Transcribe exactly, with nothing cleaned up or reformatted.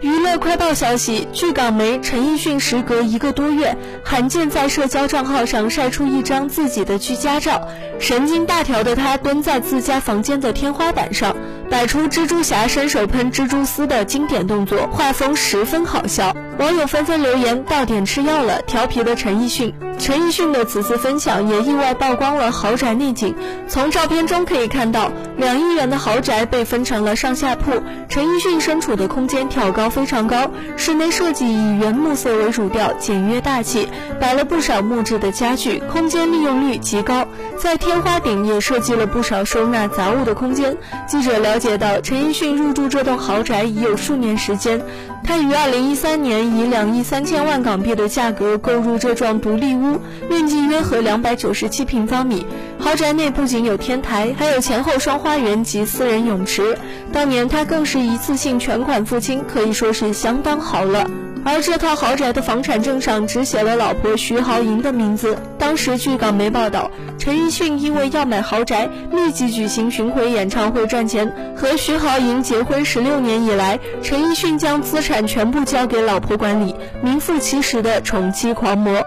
娱乐快报消息，据港媒，陈奕迅时隔一个多月，罕见在社交账号上晒出一张自己的居家照。神经大条的他蹲在自家房间的天花板上，摆出蜘蛛侠伸手喷蜘蛛丝的经典动作，画风十分好笑。网友纷纷留言：到点吃药了，调皮的陈奕迅。陈奕迅的此次分享也意外曝光了豪宅内景。从照片中可以看到，两亿元的豪宅被分成了上下铺，陈奕迅身处的空间挑高非常高，室内设计以原木色为主调，简约大气，摆了不少木质的家具，空间利用率极高。在天花顶也设计了不少收纳杂物的空间。记者了解到，陈奕迅入住这栋豪宅已有数年时间，他于二零一三年以两亿三千万港币的价格购入这幢独立屋，面积约合两百九十七平方米。豪宅内不仅有天台，还有前后双花园及私人泳池。当年他更是一次性全款付清，可以说是相当豪了。而这套豪宅的房产证上只写了老婆徐濠萦的名字。当时据港媒报道，陈奕迅因为要买豪宅，立即举行巡回演唱会赚钱。和徐濠萦结婚十六年以来，陈奕迅将资产全部交给老婆管理，名副其实的宠妻狂魔。